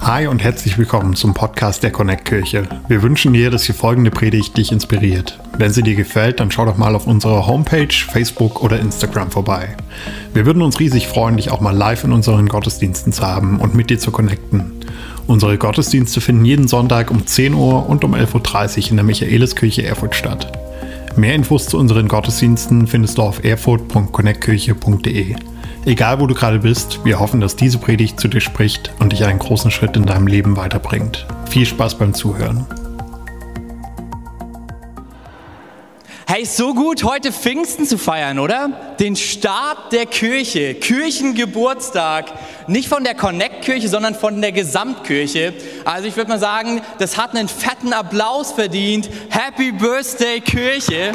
Hi und herzlich willkommen zum Podcast der Connect Kirche. Wir wünschen dir, dass die folgende Predigt dich inspiriert. Wenn sie dir gefällt, dann schau doch mal auf unserer Homepage, Facebook oder Instagram vorbei. Wir würden uns riesig freuen, dich auch mal live in unseren Gottesdiensten zu haben und mit dir zu connecten. Unsere Gottesdienste finden jeden Sonntag um 10 Uhr und um 11.30 Uhr in der Michaeliskirche Erfurt statt. Mehr Infos zu unseren Gottesdiensten findest du auf erfurt.connectkirche.de. Egal wo du gerade bist, wir hoffen, dass diese Predigt zu dir spricht und dich einen großen Schritt in deinem Leben weiterbringt. Viel Spaß beim Zuhören. Hey, so gut, heute Pfingsten zu feiern, oder? Den Start der Kirche, Kirchengeburtstag. Nicht von der Connect-Kirche, sondern von der Gesamtkirche. Also ich würde mal sagen, das hat einen fetten Applaus verdient. Happy Birthday, Kirche!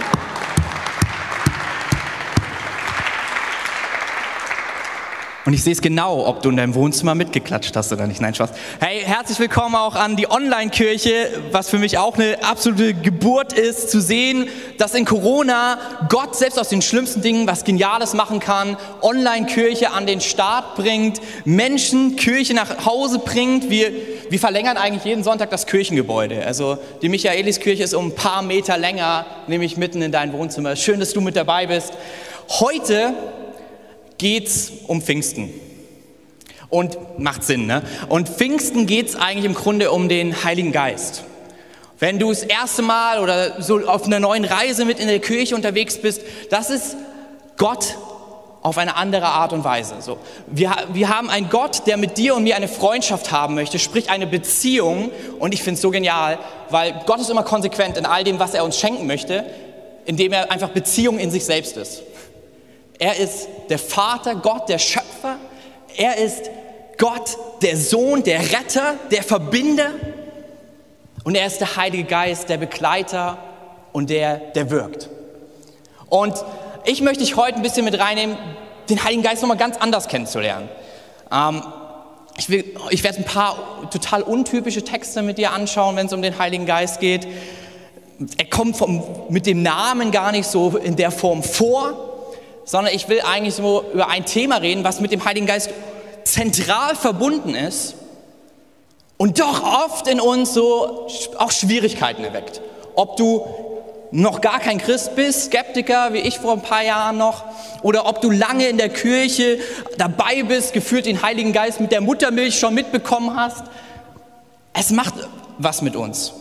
Und ich sehe es genau, ob du in deinem Wohnzimmer mitgeklatscht hast oder nicht. Nein, Spaß. Hey, herzlich willkommen auch an die Online-Kirche, was für mich auch eine absolute Geburt ist, zu sehen, dass in Corona Gott selbst aus den schlimmsten Dingen was Geniales machen kann, Online-Kirche an den Start bringt, Menschen Kirche nach Hause bringt. Wir verlängern eigentlich jeden Sonntag das Kirchengebäude. Also die Michaeliskirche ist um ein paar Meter länger, nämlich mitten in dein Wohnzimmer. Schön, dass du mit dabei bist. Heute geht's um Pfingsten. Und macht Sinn, ne? Und Pfingsten geht's eigentlich im Grunde um den Heiligen Geist. Wenn du das erste Mal oder so auf einer neuen Reise mit in der Kirche unterwegs bist, das ist Gott auf eine andere Art und Weise. So, wir haben einen Gott, der mit dir und mir eine Freundschaft haben möchte, sprich eine Beziehung. Und ich finde es so genial, weil Gott ist immer konsequent in all dem, was er uns schenken möchte, indem er einfach Beziehung in sich selbst ist. Er ist der Vater, Gott, der Schöpfer. Er ist Gott, der Sohn, der Retter, der Verbinder. Und er ist der Heilige Geist, der Begleiter und der wirkt. Und ich möchte dich heute ein bisschen mit reinnehmen, den Heiligen Geist nochmal ganz anders kennenzulernen. Ich werde ein paar total untypische Texte mit dir anschauen, wenn es um den Heiligen Geist geht. Er kommt mit dem Namen gar nicht so in der Form vor, sondern ich will eigentlich so über ein Thema reden, was mit dem Heiligen Geist zentral verbunden ist und doch oft in uns so auch Schwierigkeiten erweckt. Ob du noch gar kein Christ bist, Skeptiker wie ich vor ein paar Jahren noch, oder ob du lange in der Kirche dabei bist, gefühlt den Heiligen Geist mit der Muttermilch schon mitbekommen hast. Es macht was mit uns.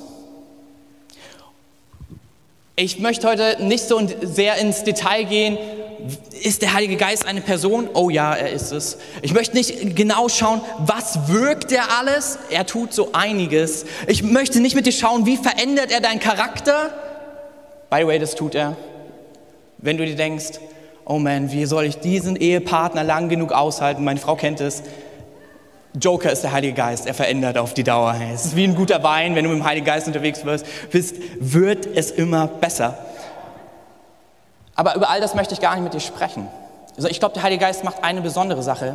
Ich möchte heute nicht so sehr ins Detail gehen. Ist der Heilige Geist eine Person? Oh ja, er ist es. Ich möchte nicht genau schauen, was wirkt er alles? Er tut so einiges. Ich möchte nicht mit dir schauen, wie verändert er deinen Charakter? By the way, das tut er. Wenn du dir denkst, oh man, wie soll ich diesen Ehepartner lang genug aushalten? Meine Frau kennt es. Joker ist der Heilige Geist, er verändert auf die Dauer. Es ist wie ein guter Wein, wenn du mit dem Heiligen Geist unterwegs bist, wird es immer besser. Aber über all das möchte ich gar nicht mit dir sprechen. Also ich glaube, der Heilige Geist macht eine besondere Sache,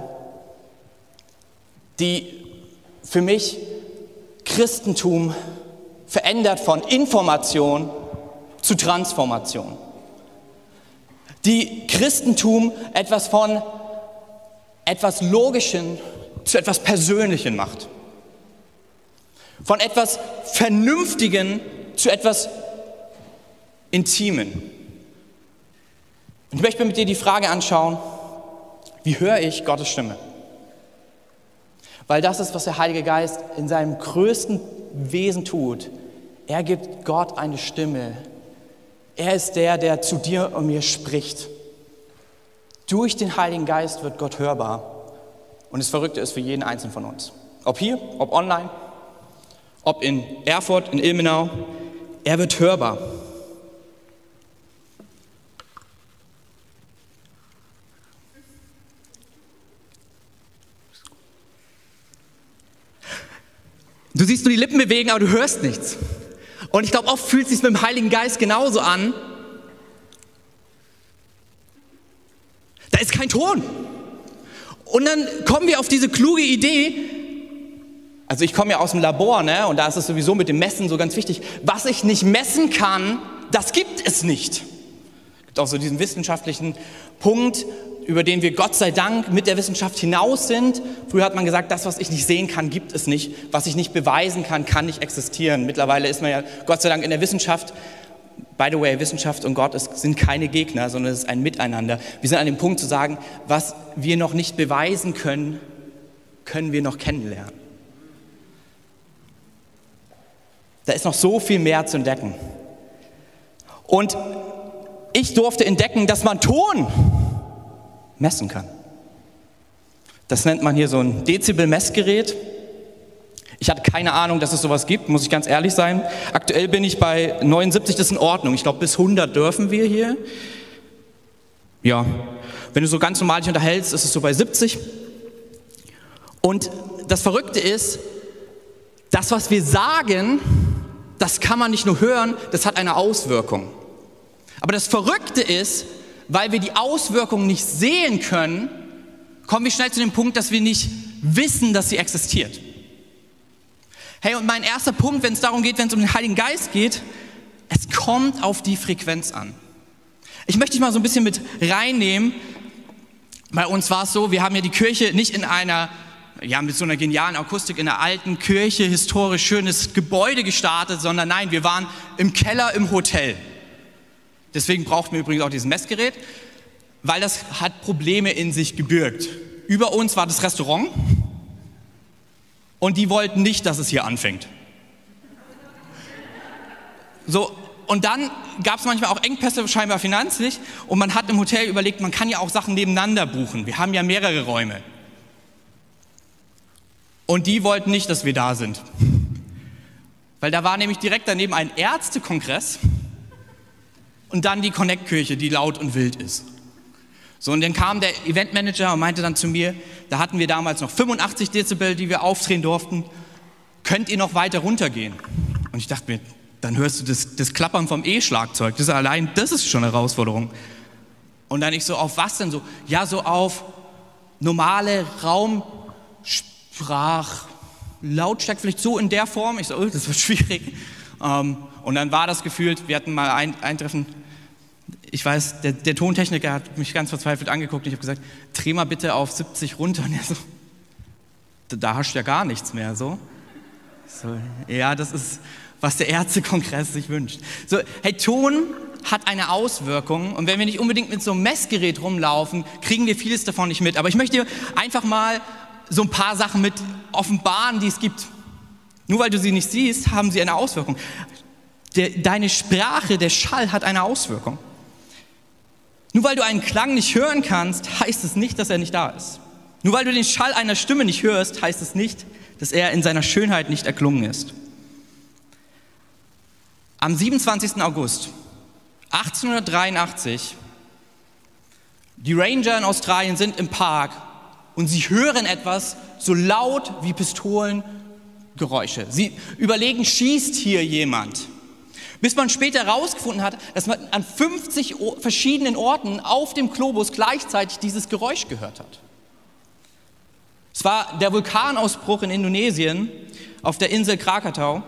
die für mich Christentum verändert von Information zu Transformation. Die Christentum etwas von etwas Logischem zu etwas Persönlichem macht. Von etwas Vernünftigen zu etwas Intimen. Und ich möchte mit dir die Frage anschauen, wie höre ich Gottes Stimme? Weil das ist, was der Heilige Geist in seinem größten Wesen tut. Er gibt Gott eine Stimme. Er ist der zu dir und mir spricht. Durch den Heiligen Geist wird Gott hörbar. Und das Verrückte ist für jeden Einzelnen von uns. Ob hier, ob online, ob in Erfurt, in Ilmenau, er wird hörbar. Du siehst nur die Lippen bewegen, aber du hörst nichts. Und ich glaube, oft fühlt es sich mit dem Heiligen Geist genauso an. Da ist kein Ton. Und dann kommen wir auf diese kluge Idee, also ich komme ja aus dem Labor, ne? Und da ist es sowieso mit dem Messen so ganz wichtig, was ich nicht messen kann, das gibt es nicht. Es gibt auch so diesen wissenschaftlichen Punkt, über den wir Gott sei Dank mit der Wissenschaft hinaus sind. Früher hat man gesagt, das, was ich nicht sehen kann, gibt es nicht. Was ich nicht beweisen kann, kann nicht existieren. Mittlerweile ist man ja Gott sei Dank in der Wissenschaft. By the way, Wissenschaft und Gott sind keine Gegner, sondern es ist ein Miteinander. Wir sind an dem Punkt zu sagen, was wir noch nicht beweisen können, können wir noch kennenlernen. Da ist noch so viel mehr zu entdecken. Und ich durfte entdecken, dass man Ton messen kann. Das nennt man hier so ein Dezibel-Messgerät. Ich hatte keine Ahnung, dass es sowas gibt, muss ich ganz ehrlich sein. Aktuell bin ich bei 79, das ist in Ordnung. Ich glaube, bis 100 dürfen wir hier. Ja, wenn du so ganz normal dich unterhältst, ist es so bei 70. Und das Verrückte ist, das, was wir sagen, das kann man nicht nur hören, das hat eine Auswirkung. Aber das Verrückte ist, weil wir die Auswirkungen nicht sehen können, kommen wir schnell zu dem Punkt, dass wir nicht wissen, dass sie existiert. Hey, und mein erster Punkt, wenn es darum geht, wenn es um den Heiligen Geist geht, es kommt auf die Frequenz an. Ich möchte dich mal so ein bisschen mit reinnehmen. Bei uns war es so, wir haben ja die Kirche nicht in einer, ja, mit so einer genialen Akustik in einer alten Kirche, historisch schönes Gebäude gestartet, sondern nein, wir waren im Keller im Hotel. Deswegen brauchten wir übrigens auch dieses Messgerät, weil das hat Probleme in sich gebirgt. Über uns war das Restaurant und die wollten nicht, dass es hier anfängt. So, und dann gab es manchmal auch Engpässe, scheinbar finanzlich, und man hat im Hotel überlegt, man kann ja auch Sachen nebeneinander buchen. Wir haben ja mehrere Räume. Und die wollten nicht, dass wir da sind. Weil da war nämlich direkt daneben ein Ärztekongress und dann die Connect-Kirche, die laut und wild ist. So, und dann kam der Eventmanager und meinte dann zu mir, da hatten wir damals noch 85 Dezibel, die wir aufdrehen durften, könnt ihr noch weiter runtergehen? Und ich dachte mir, dann hörst du das Klappern vom E-Schlagzeug, das ist schon eine Herausforderung. Und dann ich so, auf was denn so? Ja, so auf normale Lautstärke, vielleicht so in der Form. Ich so, das wird schwierig. Und dann war das gefühlt, wir hatten mal ein Treffen, ich weiß, der Tontechniker hat mich ganz verzweifelt angeguckt und ich habe gesagt, dreh mal bitte auf 70 runter. Und er so, da hast du ja gar nichts mehr. So, ja, das ist, was der Ärztekongress sich wünscht. So, hey, Ton hat eine Auswirkung und wenn wir nicht unbedingt mit so einem Messgerät rumlaufen, kriegen wir vieles davon nicht mit. Aber ich möchte dir einfach mal so ein paar Sachen mit offenbaren, die es gibt. Nur weil du sie nicht siehst, haben sie eine Auswirkung. Deine Sprache, der Schall hat eine Auswirkung. Nur weil du einen Klang nicht hören kannst, heißt es nicht, dass er nicht da ist. Nur weil du den Schall einer Stimme nicht hörst, heißt es nicht, dass er in seiner Schönheit nicht erklungen ist. Am 27. August 1883, die Ranger in Australien sind im Park und sie hören etwas so laut wie Pistolengeräusche. Sie überlegen, schießt hier jemand? Bis man später herausgefunden hat, dass man an 50 verschiedenen Orten auf dem Globus gleichzeitig dieses Geräusch gehört hat. Es war der Vulkanausbruch in Indonesien auf der Insel Krakatau.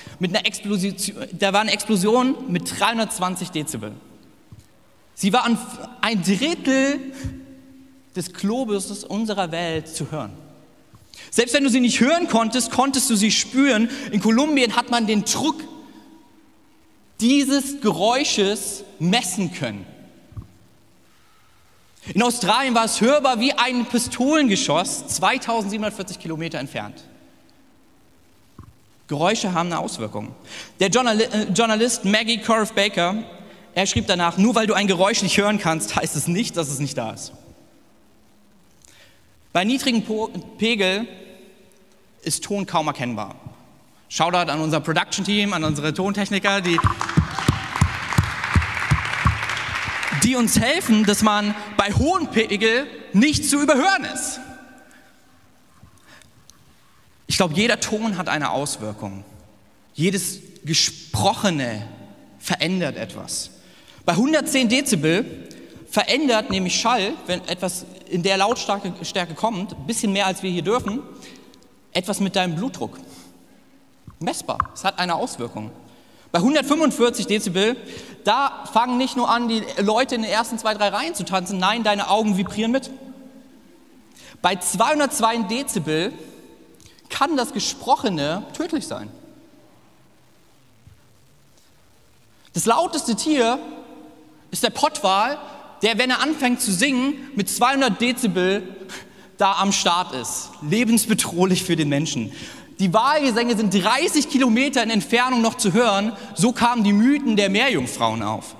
Da war eine Explosion mit 320 Dezibel. Sie war an ein Drittel des Globus unserer Welt zu hören. Selbst wenn du sie nicht hören konntest, konntest du sie spüren. In Kolumbien hat man den Druck dieses Geräusches messen können. In Australien war es hörbar wie ein Pistolengeschoss, 2740 Kilometer entfernt. Geräusche haben eine Auswirkung. Der Journalist Maggie Corriff Baker, er schrieb danach, nur weil du ein Geräusch nicht hören kannst, heißt es nicht, dass es nicht da ist. Bei niedrigem Pegel ist Ton kaum erkennbar. Shoutout an unser Production-Team, an unsere Tontechniker, die uns helfen, dass man bei hohem Pegel nicht zu überhören ist. Ich glaube, jeder Ton hat eine Auswirkung. Jedes Gesprochene verändert etwas. Bei 110 Dezibel verändert nämlich Schall, wenn etwas in der Lautstärke kommt, ein bisschen mehr als wir hier dürfen, etwas mit deinem Blutdruck. Messbar, es hat eine Auswirkung. Bei 145 Dezibel, da fangen nicht nur an, die Leute in den ersten 2, 3 Reihen zu tanzen, nein, deine Augen vibrieren mit. Bei 202 Dezibel kann das Gesprochene tödlich sein. Das lauteste Tier ist der Pottwal, der, wenn er anfängt zu singen, mit 200 Dezibel da am Start ist. Lebensbedrohlich für den Menschen. Die Walgesänge sind 30 Kilometer in Entfernung noch zu hören. So kamen die Mythen der Meerjungfrauen auf.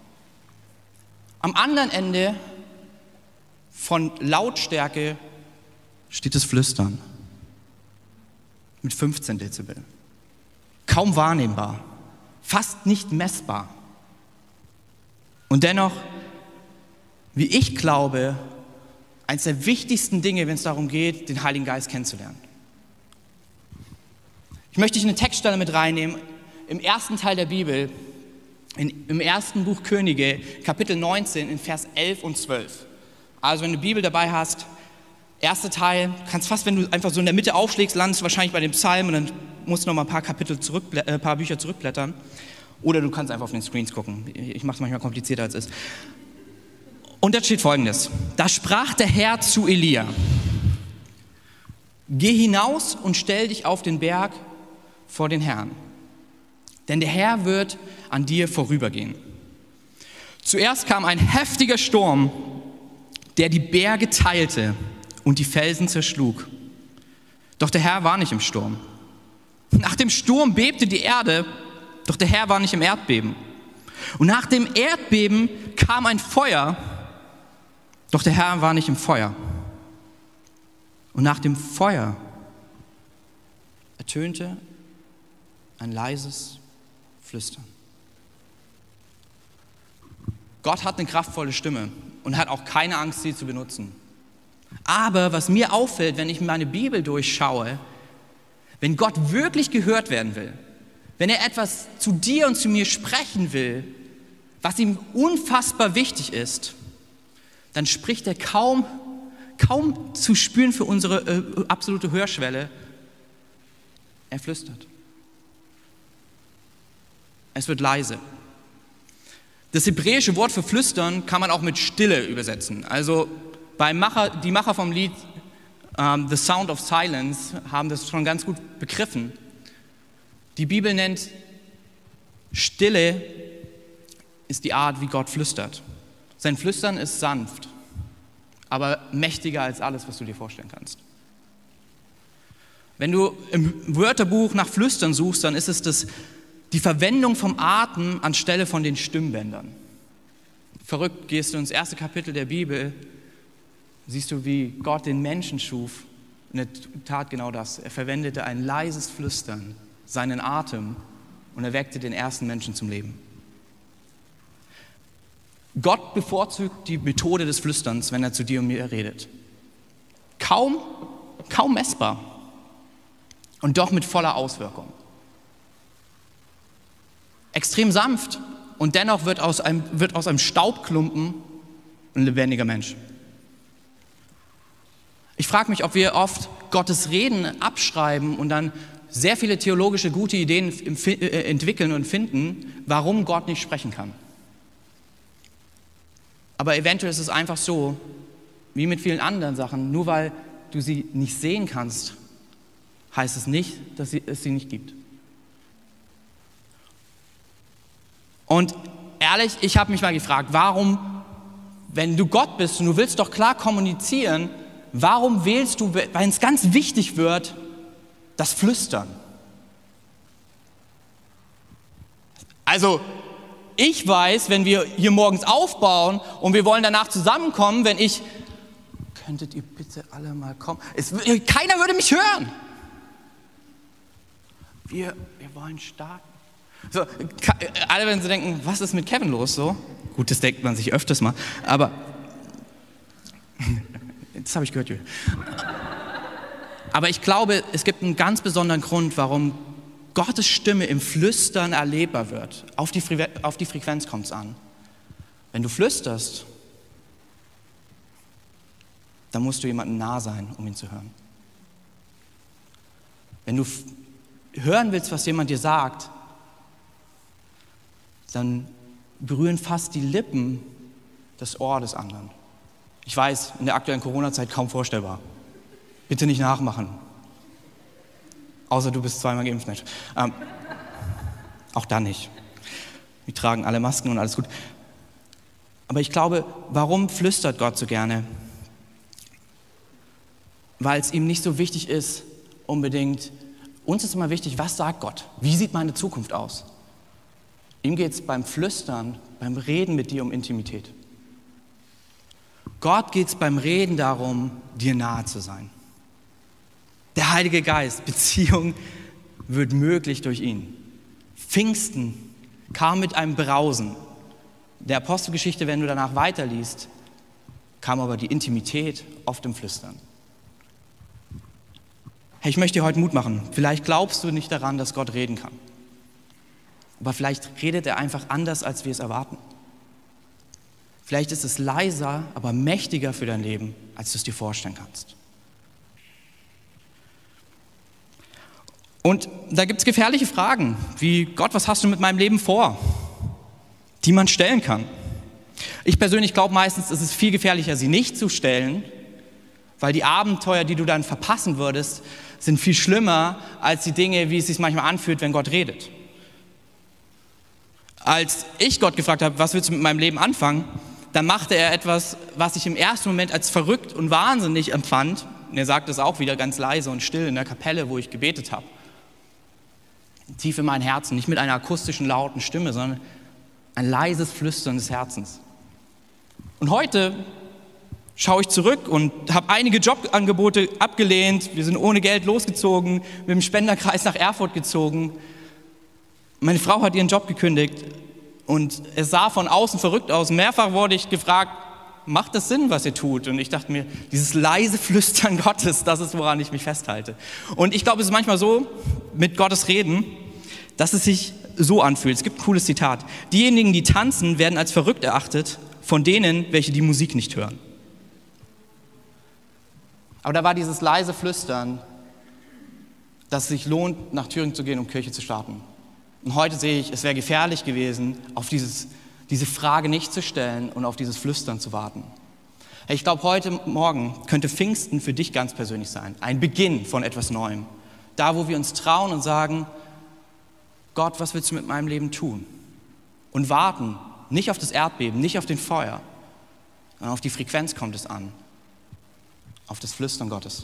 Am anderen Ende von Lautstärke steht das Flüstern mit 15 Dezibel. Kaum wahrnehmbar, fast nicht messbar. Und dennoch, wie ich glaube, eines der wichtigsten Dinge, wenn es darum geht, den Heiligen Geist kennenzulernen. Ich möchte dich in eine Textstelle mit reinnehmen, im ersten Teil der Bibel, im ersten Buch Könige, Kapitel 19, in Vers 11 und 12. Also wenn du die Bibel dabei hast, erster Teil, kannst fast, wenn du einfach so in der Mitte aufschlägst, landest du wahrscheinlich bei dem Psalm und dann musst du noch mal ein paar Bücher zurückblättern. Oder du kannst einfach auf den Screens gucken. Ich mache es manchmal komplizierter, als es ist. Und da steht Folgendes. Da sprach der Herr zu Elia: Geh hinaus und stell dich auf den Berg vor den Herrn, denn der Herr wird an dir vorübergehen. Zuerst kam ein heftiger Sturm, der die Berge teilte und die Felsen zerschlug. Doch der Herr war nicht im Sturm. Nach dem Sturm bebte die Erde, doch der Herr war nicht im Erdbeben. Und nach dem Erdbeben kam ein Feuer, doch der Herr war nicht im Feuer. Und nach dem Feuer ertönte ein leises Flüstern. Gott hat eine kraftvolle Stimme und hat auch keine Angst, sie zu benutzen. Aber was mir auffällt, wenn ich meine Bibel durchschaue, wenn Gott wirklich gehört werden will, wenn er etwas zu dir und zu mir sprechen will, was ihm unfassbar wichtig ist, dann spricht er kaum zu spüren für unsere absolute Hörschwelle. Er flüstert. Es wird leise. Das hebräische Wort für flüstern kann man auch mit Stille übersetzen. Also die Macher vom Lied The Sound of Silence haben das schon ganz gut begriffen. Die Bibel nennt Stille ist die Art, wie Gott flüstert. Sein Flüstern ist sanft, aber mächtiger als alles, was du dir vorstellen kannst. Wenn du im Wörterbuch nach Flüstern suchst, dann ist es die Verwendung vom Atem anstelle von den Stimmbändern. Verrückt, gehst du ins erste Kapitel der Bibel, siehst du, wie Gott den Menschen schuf und er tat genau das. Er verwendete ein leises Flüstern, seinen Atem, und erweckte den ersten Menschen zum Leben. Gott bevorzugt die Methode des Flüsterns, wenn er zu dir und mir redet. Kaum messbar und doch mit voller Auswirkung. Extrem sanft und dennoch wird aus einem Staubklumpen ein lebendiger Mensch. Ich frage mich, ob wir oft Gottes Reden abschreiben und dann sehr viele theologische gute Ideen entwickeln und finden, warum Gott nicht sprechen kann. Aber eventuell ist es einfach so, wie mit vielen anderen Sachen, nur weil du sie nicht sehen kannst, heißt es nicht, dass es sie nicht gibt. Und ehrlich, ich habe mich mal gefragt, warum, wenn du Gott bist und du willst doch klar kommunizieren, warum wählst du, wenn es ganz wichtig wird, das Flüstern? Also, ich weiß, wenn wir hier morgens aufbauen und wir wollen danach zusammenkommen, könntet ihr bitte alle mal kommen? Keiner würde mich hören. Wir wollen starten. So, alle werden so denken, was ist mit Kevin los so? Gut, das denkt man sich öfters mal, aber das habe ich gehört, Julia. Aber ich glaube, es gibt einen ganz besonderen Grund, warum Gottes Stimme im Flüstern erlebbar wird. Auf die Frequenz kommt es an. Wenn du flüsterst, dann musst du jemandem nah sein, um ihn zu hören. Wenn du hören willst, was jemand dir sagt, dann berühren fast die Lippen das Ohr des anderen. Ich weiß, in der aktuellen Corona-Zeit kaum vorstellbar. Bitte nicht nachmachen. Außer du bist zweimal geimpft. Auch dann nicht. Wir tragen alle Masken und alles gut. Aber ich glaube, warum flüstert Gott so gerne? Weil es ihm nicht so wichtig ist, unbedingt, uns ist immer wichtig, was sagt Gott? Wie sieht meine Zukunft aus? Ihm geht es beim Flüstern, beim Reden mit dir um Intimität. Gott geht es beim Reden darum, dir nahe zu sein. Der Heilige Geist, Beziehung wird möglich durch ihn. Pfingsten kam mit einem Brausen. Der Apostelgeschichte, wenn du danach weiterliest, kam aber die Intimität oft im Flüstern. Hey, ich möchte dir heute Mut machen. Vielleicht glaubst du nicht daran, dass Gott reden kann. Aber vielleicht redet er einfach anders, als wir es erwarten. Vielleicht ist es leiser, aber mächtiger für dein Leben, als du es dir vorstellen kannst. Und da gibt es gefährliche Fragen, wie Gott, was hast du mit meinem Leben vor? Die man stellen kann. Ich persönlich glaube meistens, es ist viel gefährlicher, sie nicht zu stellen, weil die Abenteuer, die du dann verpassen würdest, sind viel schlimmer als die Dinge, wie es sich manchmal anfühlt, wenn Gott redet. Als ich Gott gefragt habe, was willst du mit meinem Leben anfangen, dann machte er etwas, was ich im ersten Moment als verrückt und wahnsinnig empfand. Und er sagte es auch wieder ganz leise und still in der Kapelle, wo ich gebetet habe. Tief in mein Herzen, nicht mit einer akustischen, lauten Stimme, sondern ein leises Flüstern des Herzens. Und heute schaue ich zurück und habe einige Jobangebote abgelehnt. Wir sind ohne Geld losgezogen, mit dem Spenderkreis nach Erfurt gezogen. Meine Frau hat ihren Job gekündigt und es sah von außen verrückt aus. Mehrfach wurde ich gefragt, macht das Sinn, was ihr tut? Und ich dachte mir, dieses leise Flüstern Gottes, das ist, woran ich mich festhalte. Und ich glaube, es ist manchmal so, mit Gottes Reden, dass es sich so anfühlt. Es gibt ein cooles Zitat. Diejenigen, die tanzen, werden als verrückt erachtet von denen, welche die Musik nicht hören. Aber da war dieses leise Flüstern, dass es sich lohnt, nach Thüringen zu gehen, um Kirche zu starten. Und heute sehe ich, es wäre gefährlich gewesen, auf diese Frage nicht zu stellen und auf dieses Flüstern zu warten. Hey, ich glaube, heute Morgen könnte Pfingsten für dich ganz persönlich sein. Ein Beginn von etwas Neuem. Da, wo wir uns trauen und sagen, Gott, was willst du mit meinem Leben tun? Und warten, nicht auf das Erdbeben, nicht auf den Feuer, sondern auf die Frequenz kommt es an. Auf das Flüstern Gottes.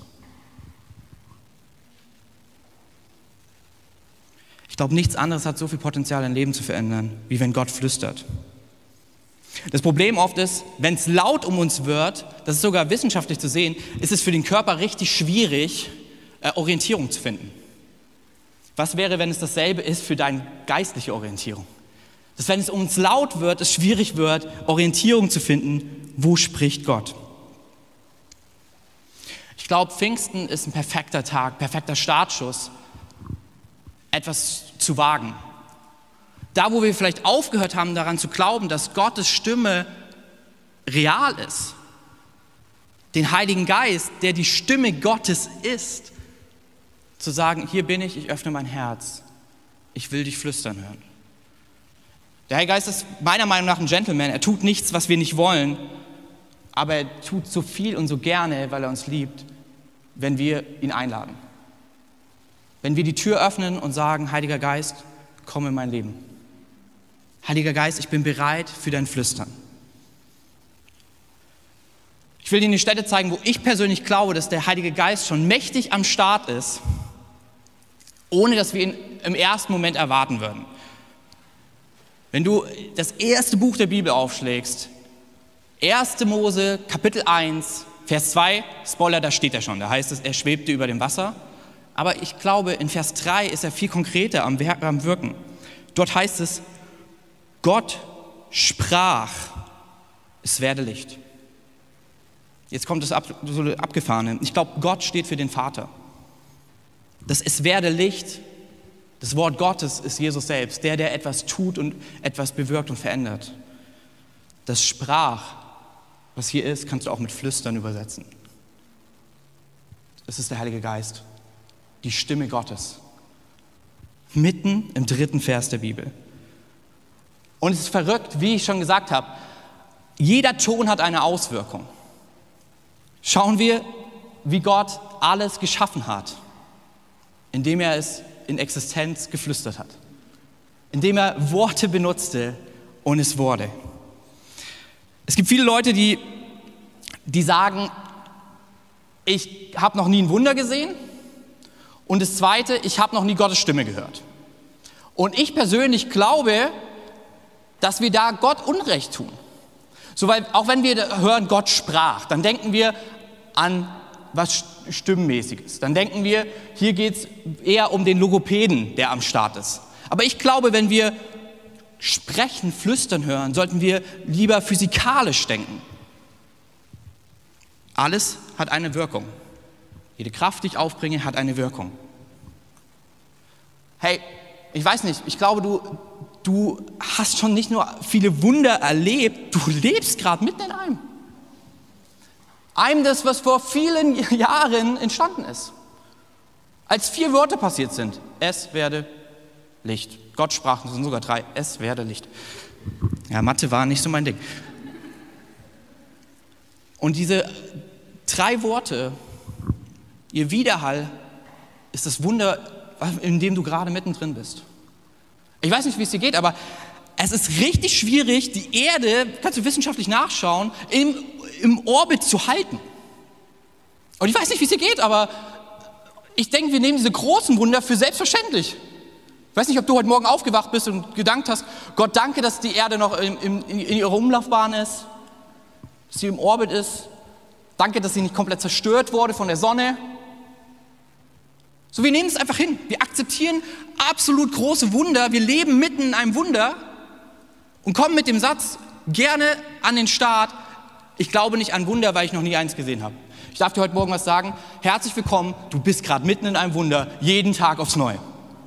Ich glaube, nichts anderes hat so viel Potenzial, ein Leben zu verändern, wie wenn Gott flüstert. Das Problem oft ist, wenn es laut um uns wird, das ist sogar wissenschaftlich zu sehen, ist es für den Körper richtig schwierig, Orientierung zu finden. Was wäre, wenn es dasselbe ist für deine geistliche Orientierung? Dass wenn es um uns laut wird, es schwierig wird, Orientierung zu finden, wo spricht Gott? Ich glaube, Pfingsten ist ein perfekter Tag, perfekter Startschuss, etwas zu wagen. Da, wo wir vielleicht aufgehört haben, daran zu glauben, dass Gottes Stimme real ist, den Heiligen Geist, der die Stimme Gottes ist, zu sagen, hier bin ich öffne mein Herz, ich will dich flüstern hören. Der Heilige Geist ist meiner Meinung nach ein Gentleman, er tut nichts, was wir nicht wollen, aber er tut so viel und so gerne, weil er uns liebt, wenn wir ihn einladen. Wenn wir die Tür öffnen und sagen, Heiliger Geist, komm in mein Leben. Heiliger Geist, ich bin bereit für dein Flüstern. Ich will dir eine Stelle zeigen, wo ich persönlich glaube, dass der Heilige Geist schon mächtig am Start ist, ohne dass wir ihn im ersten Moment erwarten würden. Wenn du das erste Buch der Bibel aufschlägst, 1. Mose, Kapitel 1, Vers 2, Spoiler, da steht er schon, da heißt es, er schwebte über dem Wasser. Aber ich glaube, in Vers 3 ist er viel konkreter am Wirken. Dort heißt es, Gott sprach, es werde Licht. Jetzt kommt das absolute Abgefahrene. Ich glaube, Gott steht für den Vater. Das es werde Licht, das Wort Gottes ist Jesus selbst, der etwas tut und etwas bewirkt und verändert. Das sprach, was hier ist, kannst du auch mit Flüstern übersetzen. Das ist der Heilige Geist, die Stimme Gottes. Mitten im 3. Vers der Bibel. Und es ist verrückt, wie ich schon gesagt habe, jeder Ton hat eine Auswirkung. Schauen wir, wie Gott alles geschaffen hat, indem er es in Existenz geflüstert hat, indem er Worte benutzte und es wurde. Es gibt viele Leute, die sagen, ich habe noch nie ein Wunder gesehen, und das Zweite, ich habe noch nie Gottes Stimme gehört. Und ich persönlich glaube, dass wir da Gott Unrecht tun. So, weil auch wenn wir hören, Gott sprach, dann denken wir an was Stimmenmäßiges. Dann denken wir, hier geht es eher um den Logopäden, der am Start ist. Aber ich glaube, wenn wir sprechen, flüstern hören, sollten wir lieber physikalisch denken. Alles hat eine Wirkung. Jede Kraft, die ich aufbringe, hat eine Wirkung. Hey, ich weiß nicht, ich glaube, du hast schon nicht nur viele Wunder erlebt, du lebst gerade mitten in einem. Einem das, was vor vielen Jahren entstanden ist. Als 4 Wörter passiert sind. Es werde Licht. Gott sprach, das sind sogar 3. Es werde Licht. Ja, Mathe war nicht so mein Ding. Und diese 3 Worte, ihr Widerhall, ist das Wunder, in dem du gerade mittendrin bist. Ich weiß nicht, wie es dir geht, aber es ist richtig schwierig, die Erde, kannst du wissenschaftlich nachschauen, im Orbit zu halten. Und ich weiß nicht, wie es dir geht, aber ich denke, wir nehmen diese großen Wunder für selbstverständlich. Ich weiß nicht, ob du heute Morgen aufgewacht bist und gedankt hast, Gott, danke, dass die Erde noch in ihrer Umlaufbahn ist, dass sie im Orbit ist. Danke, dass sie nicht komplett zerstört wurde von der Sonne. So, wir nehmen es einfach hin. Wir akzeptieren absolut große Wunder. Wir leben mitten in einem Wunder und kommen mit dem Satz gerne an den Start. Ich glaube nicht an Wunder, weil ich noch nie eins gesehen habe. Ich darf dir heute Morgen was sagen. Herzlich willkommen. Du bist gerade mitten in einem Wunder. Jeden Tag aufs Neue.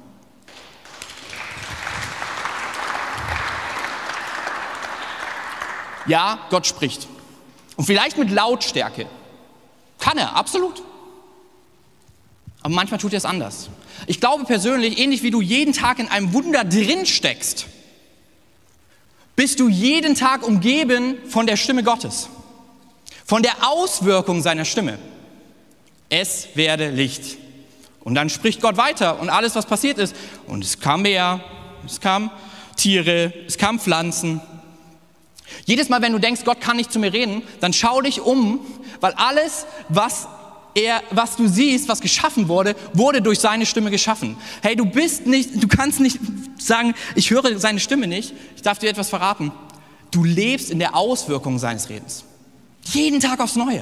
Ja, Gott spricht. Und vielleicht mit Lautstärke. Kann er, absolut. Aber manchmal tut er es anders. Ich glaube persönlich, ähnlich wie du jeden Tag in einem Wunder drin steckst, bist du jeden Tag umgeben von der Stimme Gottes. Von der Auswirkung seiner Stimme. Es werde Licht. Und dann spricht Gott weiter und alles, was passiert ist. Und es kam Meer, es kamen Tiere, es kamen Pflanzen. Jedes Mal, wenn du denkst, Gott kann nicht zu mir reden, dann schau dich um, weil alles, was du siehst, was geschaffen wurde, wurde durch seine Stimme geschaffen. Hey, du kannst nicht sagen, ich höre seine Stimme nicht. Ich darf dir etwas verraten. Du lebst in der Auswirkung seines Redens. Jeden Tag aufs Neue.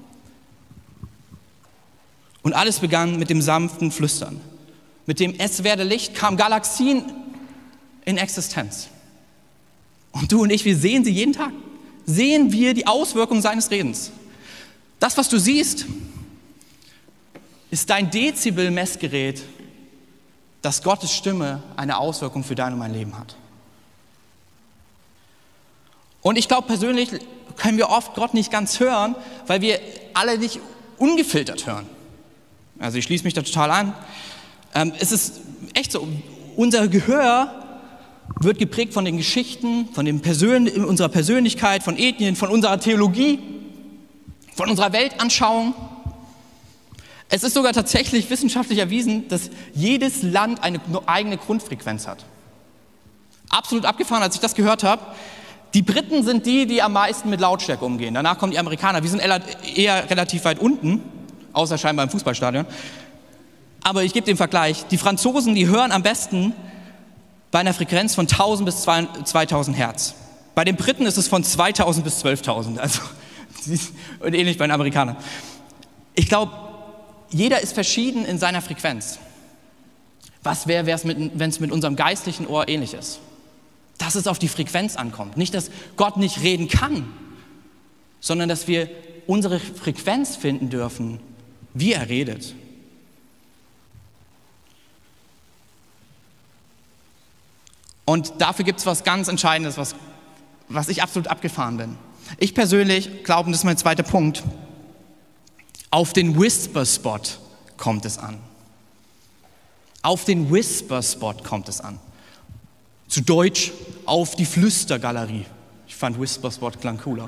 Und alles begann mit dem sanften Flüstern. Mit dem Es werde Licht kamen Galaxien in Existenz. Und du und ich, wir sehen sie jeden Tag. Sehen wir die Auswirkungen seines Redens. Das, was du siehst, ist dein Dezibel-Messgerät, dass Gottes Stimme eine Auswirkung für dein und mein Leben hat. Und ich glaube persönlich, können wir oft Gott nicht ganz hören, weil wir alle nicht ungefiltert hören. Also ich schließe mich da total an. Es ist echt so, unser Gehör wird geprägt von den Geschichten, von unserer Persönlichkeit, von Ethnien, von unserer Theologie, von unserer Weltanschauung. Es ist sogar tatsächlich wissenschaftlich erwiesen, dass jedes Land eine eigene Grundfrequenz hat. Absolut abgefahren, als ich das gehört habe. Die Briten sind die am meisten mit Lautstärke umgehen. Danach kommen die Amerikaner. Wir sind eher relativ weit unten, außer scheinbar im Fußballstadion. Aber ich gebe den Vergleich. Die Franzosen, die hören am besten bei einer Frequenz von 1000 bis 2000 Hertz. Bei den Briten ist es von 2000 bis 12.000. Also und ähnlich bei den Amerikanern. Ich glaube, jeder ist verschieden in seiner Frequenz. Was wäre es, wenn es mit unserem geistlichen Ohr ähnlich ist? Dass es auf die Frequenz ankommt. Nicht, dass Gott nicht reden kann, sondern dass wir unsere Frequenz finden dürfen, wie er redet. Und dafür gibt es was ganz Entscheidendes, was ich absolut abgefahren bin. Ich persönlich glaube, und das ist mein zweiter Punkt, auf den Whisper-Spot kommt es an. Auf den Whisper-Spot kommt es an. Zu Deutsch, auf die Flüstergalerie. Ich fand Whisper Spot klang cooler.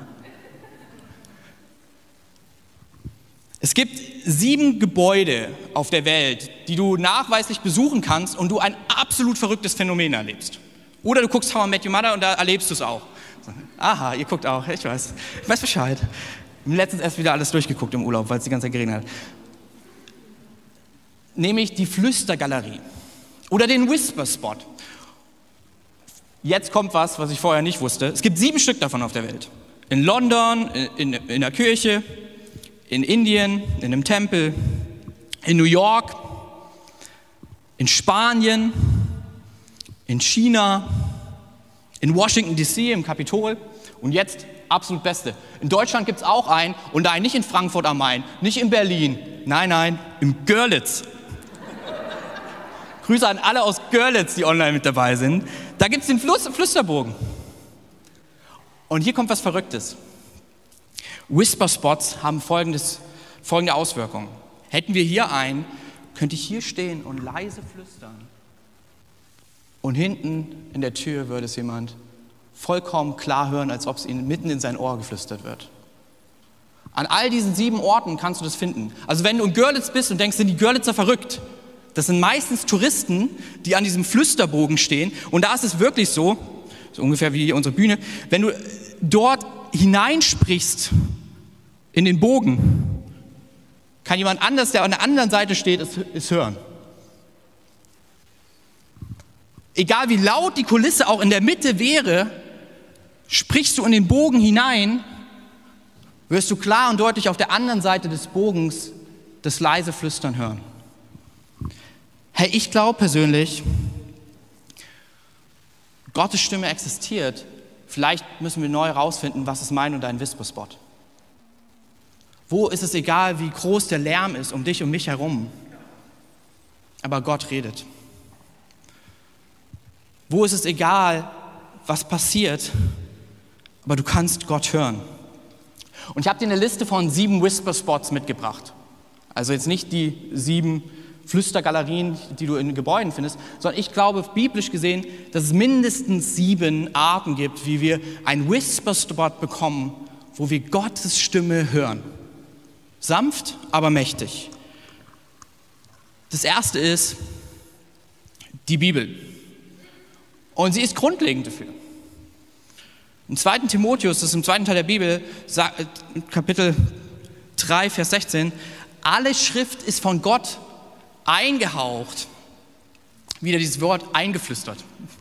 Es gibt 7 Gebäude auf der Welt, die du nachweislich besuchen kannst und du ein absolut verrücktes Phänomen erlebst. Oder du guckst How I Met Your Mother und da erlebst du es auch. Aha, ihr guckt auch, ich weiß Bescheid. Ich habe letztens erst wieder alles durchgeguckt im Urlaub, weil es die ganze Zeit geregnet hat. Nämlich die Flüstergalerie oder den Whisper Spot. Jetzt kommt was ich vorher nicht wusste. Es gibt 7 Stück davon auf der Welt. In London, in der Kirche, in Indien, in einem Tempel, in New York, in Spanien, in China, in Washington DC, im Kapitol und jetzt absolut Beste. In Deutschland gibt es auch einen und nein, nicht in Frankfurt am Main, nicht in Berlin, nein, in Görlitz. Grüße an alle aus Görlitz, die online mit dabei sind. Da gibt es den Flüsterbogen. Und hier kommt was Verrücktes. Whisper Spots haben folgende Auswirkungen. Hätten wir hier einen, könnte ich hier stehen und leise flüstern. Und hinten in der Tür würde es jemand vollkommen klar hören, als ob es ihm mitten in sein Ohr geflüstert wird. An all diesen 7 Orten kannst du das finden. Also wenn du in Görlitz bist und denkst, sind die Görlitzer verrückt? Das sind meistens Touristen, die an diesem Flüsterbogen stehen. Und da ist es wirklich so ungefähr wie unsere Bühne, wenn du dort hineinsprichst in den Bogen, kann jemand anders, der an der anderen Seite steht, es hören. Egal wie laut die Kulisse auch in der Mitte wäre, sprichst du in den Bogen hinein, wirst du klar und deutlich auf der anderen Seite des Bogens das leise Flüstern hören. Hey, ich glaube persönlich, Gottes Stimme existiert. Vielleicht müssen wir neu herausfinden, was ist mein und dein Whisper Spot. Wo ist es egal, wie groß der Lärm ist um dich und mich herum, aber Gott redet. Wo ist es egal, was passiert, aber du kannst Gott hören. Und ich habe dir eine Liste von 7 Whisper Spots mitgebracht. Also jetzt nicht die 7 Flüstergalerien, die du in Gebäuden findest, sondern ich glaube, biblisch gesehen, dass es mindestens 7 Arten gibt, wie wir einen Whisper-Spot bekommen, wo wir Gottes Stimme hören. Sanft, aber mächtig. Das erste ist die Bibel. Und sie ist grundlegend dafür. Im 2. Timotheus, das ist im 2. Teil der Bibel, Kapitel 3, Vers 16, alle Schrift ist von Gott eingehaucht, wieder dieses Wort eingeflüstert.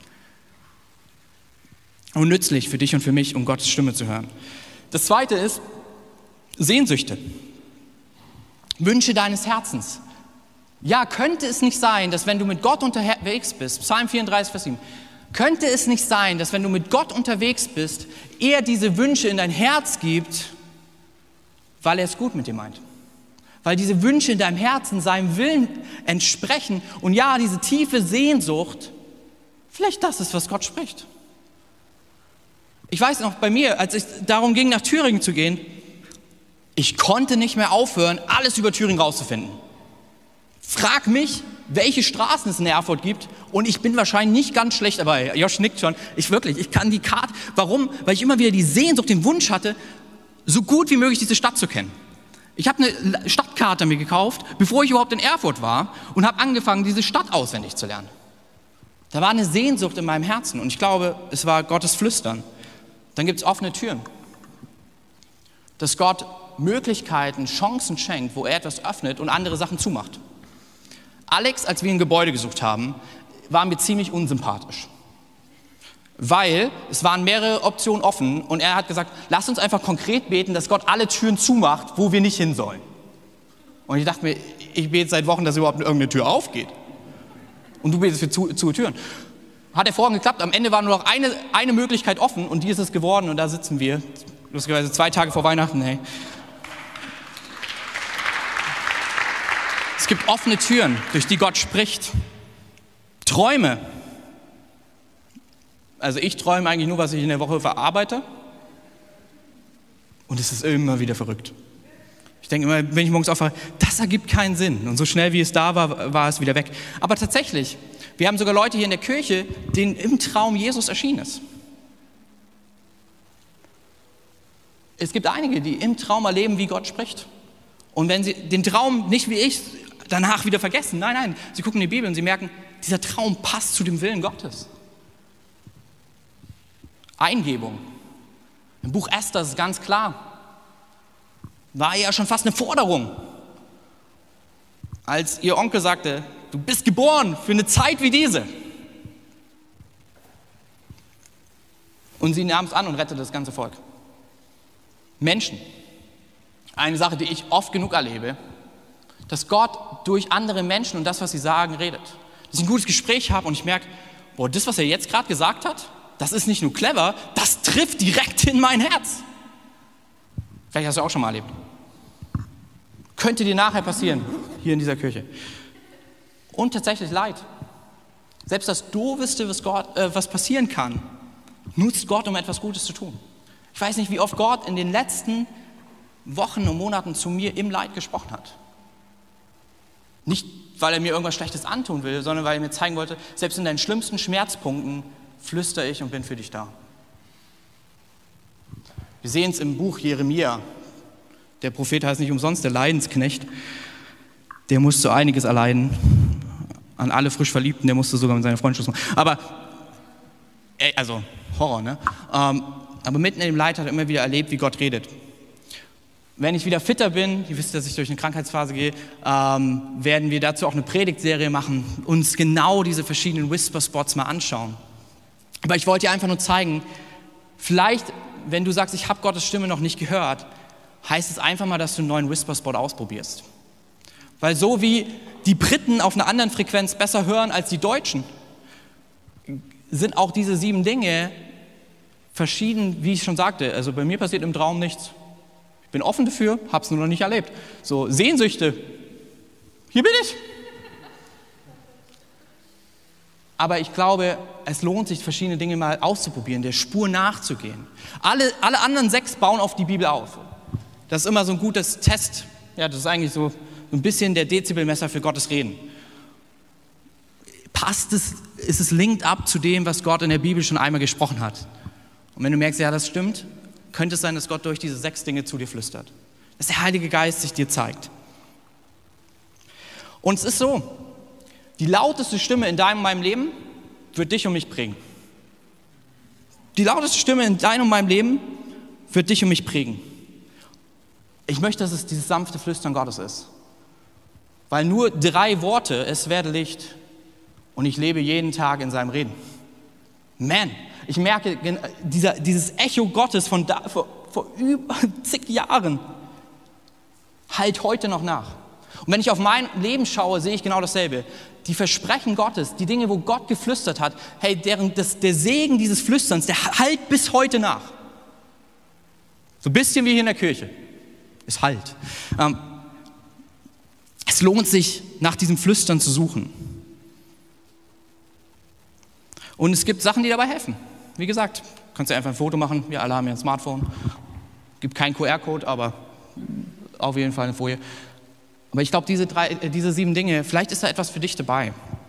Und nützlich für dich und für mich, um Gottes Stimme zu hören. Das zweite ist Sehnsüchte. Wünsche deines Herzens. Ja, könnte es nicht sein, dass wenn du mit Gott unterwegs bist, Psalm 34, Vers 7, könnte es nicht sein, dass wenn du mit Gott unterwegs bist, er diese Wünsche in dein Herz gibt, weil er es gut mit dir meint? Weil diese Wünsche in deinem Herzen seinem Willen entsprechen und ja, diese tiefe Sehnsucht, vielleicht das ist, was Gott spricht. Ich weiß noch, bei mir, als es darum ging, nach Thüringen zu gehen, ich konnte nicht mehr aufhören, alles über Thüringen rauszufinden. Frag mich, welche Straßen es in Erfurt gibt und ich bin wahrscheinlich nicht ganz schlecht dabei. Josh nickt schon. Ich kann die Karte. Warum? Weil ich immer wieder die Sehnsucht, den Wunsch hatte, so gut wie möglich diese Stadt zu kennen. Ich habe eine Stadtkarte mir gekauft, bevor ich überhaupt in Erfurt war und habe angefangen, diese Stadt auswendig zu lernen. Da war eine Sehnsucht in meinem Herzen und ich glaube, es war Gottes Flüstern. Dann gibt es offene Türen. Dass Gott Möglichkeiten, Chancen schenkt, wo er etwas öffnet und andere Sachen zumacht. Alex, als wir ein Gebäude gesucht haben, war mir ziemlich unsympathisch. Weil es waren mehrere Optionen offen und er hat gesagt, lass uns einfach konkret beten, dass Gott alle Türen zumacht, wo wir nicht hin sollen. Und ich dachte mir, ich bete seit Wochen, dass überhaupt irgendeine Tür aufgeht. Und du betest für zu Türen. Hat hervorragend geklappt, am Ende war nur noch eine Möglichkeit offen und die ist es geworden und da sitzen wir, lustigerweise 2 Tage vor Weihnachten, hey. Es gibt offene Türen, durch die Gott spricht. Träume. Also ich träume eigentlich nur, was ich in der Woche verarbeite. Und es ist immer wieder verrückt. Ich denke immer, wenn ich morgens aufwache, das ergibt keinen Sinn. Und so schnell wie es da war, war es wieder weg. Aber tatsächlich, Wir haben sogar Leute hier in der Kirche, denen im Traum Jesus erschienen ist. Es gibt einige, die im Traum erleben, wie Gott spricht. Und wenn sie den Traum nicht wie ich danach wieder vergessen, nein, sie gucken in die Bibel und sie merken, dieser Traum passt zu dem Willen Gottes. Eingebung. Im Buch Esther ist es ganz klar. War ja schon fast eine Forderung. Als ihr Onkel sagte, du bist geboren für eine Zeit wie diese. Und sie nahm es an und rettete das ganze Volk. Menschen. Eine Sache, die ich oft genug erlebe, dass Gott durch andere Menschen und das, was sie sagen, redet. Dass ich ein gutes Gespräch habe und ich merke, boah, das, was er jetzt gerade gesagt hat, das ist nicht nur clever, das trifft direkt in mein Herz. Vielleicht hast du auch schon mal erlebt. Könnte dir nachher passieren, hier in dieser Kirche. Und tatsächlich Leid. Selbst das Doofeste, was passieren kann, nutzt Gott, um etwas Gutes zu tun. Ich weiß nicht, wie oft Gott in den letzten Wochen und Monaten zu mir im Leid gesprochen hat. Nicht, weil er mir irgendwas Schlechtes antun will, sondern weil er mir zeigen wollte, selbst in deinen schlimmsten Schmerzpunkten flüstere ich und bin für dich da. Wir sehen es im Buch Jeremia. Der Prophet heißt nicht umsonst der Leidensknecht. Der musste einiges erleiden. An alle frisch Verliebten, der musste sogar mit seiner Freundin Schluss machen. Aber, also Horror, ne? Aber mitten in dem Leid hat er immer wieder erlebt, wie Gott redet. Wenn ich wieder fitter bin, ihr wisst, dass ich durch eine Krankheitsphase gehe, werden wir dazu auch eine Predigtserie machen, uns genau diese verschiedenen Whisper-Spots mal anschauen. Aber ich wollte dir einfach nur zeigen, vielleicht, wenn du sagst, ich habe Gottes Stimme noch nicht gehört, heißt es einfach mal, dass du einen neuen Whisper-Spot ausprobierst. Weil so wie die Briten auf einer anderen Frequenz besser hören als die Deutschen, sind auch diese 7 Dinge verschieden, wie ich schon sagte. Also bei mir passiert im Traum nichts. Ich bin offen dafür, habe es nur noch nicht erlebt. So Sehnsüchte, hier bin ich. Aber ich glaube, es lohnt sich, verschiedene Dinge mal auszuprobieren, der Spur nachzugehen. Alle anderen 6 bauen auf die Bibel auf. Das ist immer so ein gutes Test. Ja, das ist eigentlich so ein bisschen der Dezibelmesser für Gottes Reden. Passt es, ist es linked up zu dem, was Gott in der Bibel schon einmal gesprochen hat? Und wenn du merkst, ja, das stimmt, könnte es sein, dass Gott durch diese 6 Dinge zu dir flüstert. Dass der Heilige Geist sich dir zeigt. Und es ist so, die lauteste Stimme in deinem und meinem Leben wird dich und mich prägen. Die lauteste Stimme in deinem und meinem Leben wird dich und mich prägen. Ich möchte, dass es dieses sanfte Flüstern Gottes ist. Weil nur 3 Worte, es werde Licht, und ich lebe jeden Tag in seinem Reden. Man, ich merke, dieses Echo Gottes von vor über zig Jahren hallt heute noch nach. Und wenn ich auf mein Leben schaue, sehe ich genau dasselbe. Die Versprechen Gottes, die Dinge, wo Gott geflüstert hat, hey, der Segen dieses Flüsterns, der hallt bis heute nach. So ein bisschen wie hier in der Kirche. Es hallt. Es lohnt sich, nach diesem Flüstern zu suchen. Und es gibt Sachen, die dabei helfen. Wie gesagt, kannst du einfach ein Foto machen. Wir alle haben ja ein Smartphone. Gibt keinen QR-Code, aber auf jeden Fall eine Folie. Aber ich glaube, diese 7 Dinge, vielleicht ist da etwas für dich dabei.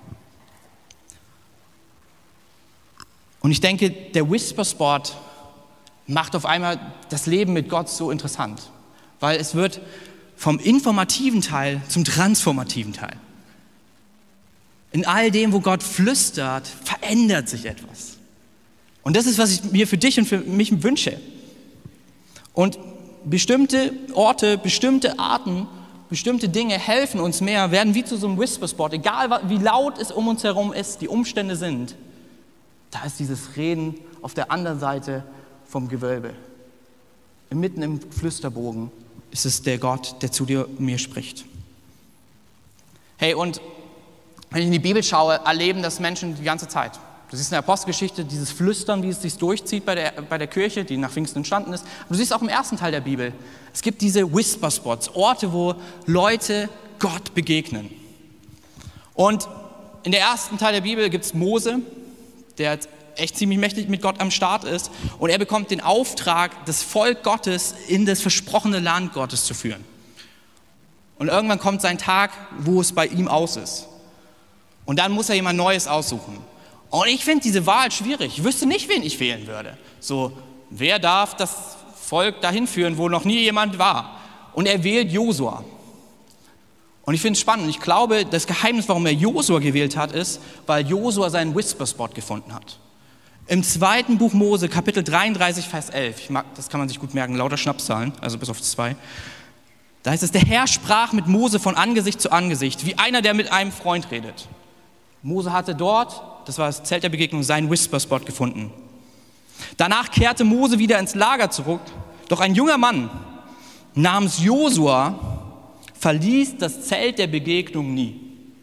Und ich denke, der Whisper-Spot macht auf einmal das Leben mit Gott so interessant. Weil es wird vom informativen Teil zum transformativen Teil. In all dem, wo Gott flüstert, verändert sich etwas. Und das ist, was ich mir für dich und für mich wünsche. Und bestimmte Orte, bestimmte Arten, bestimmte Dinge helfen uns mehr, werden wie zu so einem Whisper-Spot. Egal wie laut es um uns herum ist, die Umstände sind, da ist dieses Reden auf der anderen Seite vom Gewölbe. Mitten im Flüsterbogen ist es der Gott, der zu dir und mir spricht. Hey, und wenn ich in die Bibel schaue, erleben das Menschen die ganze Zeit. Du siehst in der Apostelgeschichte dieses Flüstern, wie es sich durchzieht bei der Kirche, die nach Pfingsten entstanden ist. Aber du siehst auch im ersten Teil der Bibel, es gibt diese Whisper-Spots, Orte, wo Leute Gott begegnen. Und in der ersten Teil der Bibel gibt es Mose, der jetzt echt ziemlich mächtig mit Gott am Start ist. Und er bekommt den Auftrag, das Volk Gottes in das versprochene Land Gottes zu führen. Und irgendwann kommt sein Tag, wo es bei ihm aus ist. Und dann muss er jemand Neues aussuchen. Und ich finde diese Wahl schwierig. Ich wüsste nicht, wen ich wählen würde. So, wer darf das Volk dahin führen, wo noch nie jemand war? Und er wählt Josua. Und ich finde es spannend. Ich glaube, das Geheimnis, warum er Josua gewählt hat, ist, weil Josua seinen Whisper-Spot gefunden hat. Im 2. Buch Mose, Kapitel 33, Vers 11, das kann man sich gut merken, lauter Schnapszahlen, also bis auf 2. Da heißt es, der Herr sprach mit Mose von Angesicht zu Angesicht, wie einer, der mit einem Freund redet. Mose hatte dort, das war das Zelt der Begegnung, seinen Whisper-Spot gefunden. Danach kehrte Mose wieder ins Lager zurück, doch ein junger Mann namens Josua verließ das Zelt der Begegnung nie.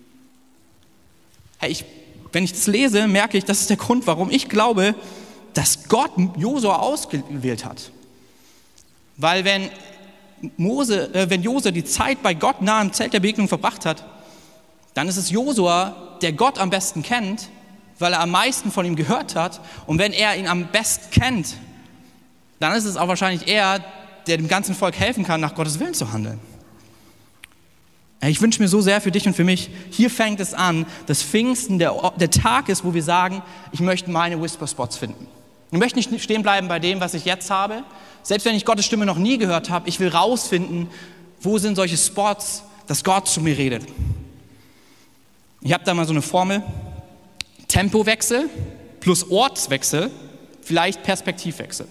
Hey, wenn ich das lese, merke ich, das ist der Grund, warum ich glaube, dass Gott Josua ausgewählt hat. Weil wenn Josua die Zeit bei Gott nahe im Zelt der Begegnung verbracht hat, dann ist es Josua, der Gott am besten kennt, weil er am meisten von ihm gehört hat. Und wenn er ihn am besten kennt, dann ist es auch wahrscheinlich er, der dem ganzen Volk helfen kann, nach Gottes Willen zu handeln. Ich wünsche mir so sehr für dich und für mich, hier fängt es an, dass Pfingsten der Tag ist, wo wir sagen, ich möchte meine Whisper-Spots finden. Ich möchte nicht stehen bleiben bei dem, was ich jetzt habe. Selbst wenn ich Gottes Stimme noch nie gehört habe, ich will rausfinden, wo sind solche Spots, dass Gott zu mir redet. Ich habe da mal so eine Formel, Tempowechsel plus Ortswechsel, vielleicht Perspektivwechsel.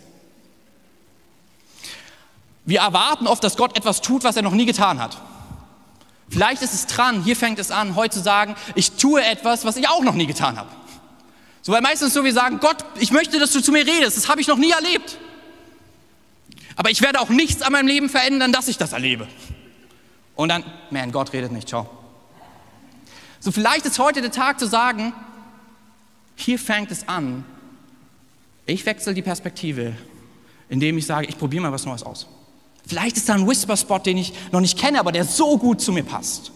Wir erwarten oft, dass Gott etwas tut, was er noch nie getan hat. Vielleicht ist es dran, hier fängt es an, heute zu sagen, ich tue etwas, was ich auch noch nie getan habe. So, weil meistens so, wir sagen, Gott, ich möchte, dass du zu mir redest, das habe ich noch nie erlebt. Aber ich werde auch nichts an meinem Leben verändern, dass ich das erlebe. Und dann, Gott redet nicht, ciao. So, vielleicht ist heute der Tag zu sagen, hier fängt es an, ich wechsle die Perspektive, indem ich sage, ich probiere mal was Neues aus. Vielleicht ist da ein Whisper-Spot, den ich noch nicht kenne, aber der so gut zu mir passt.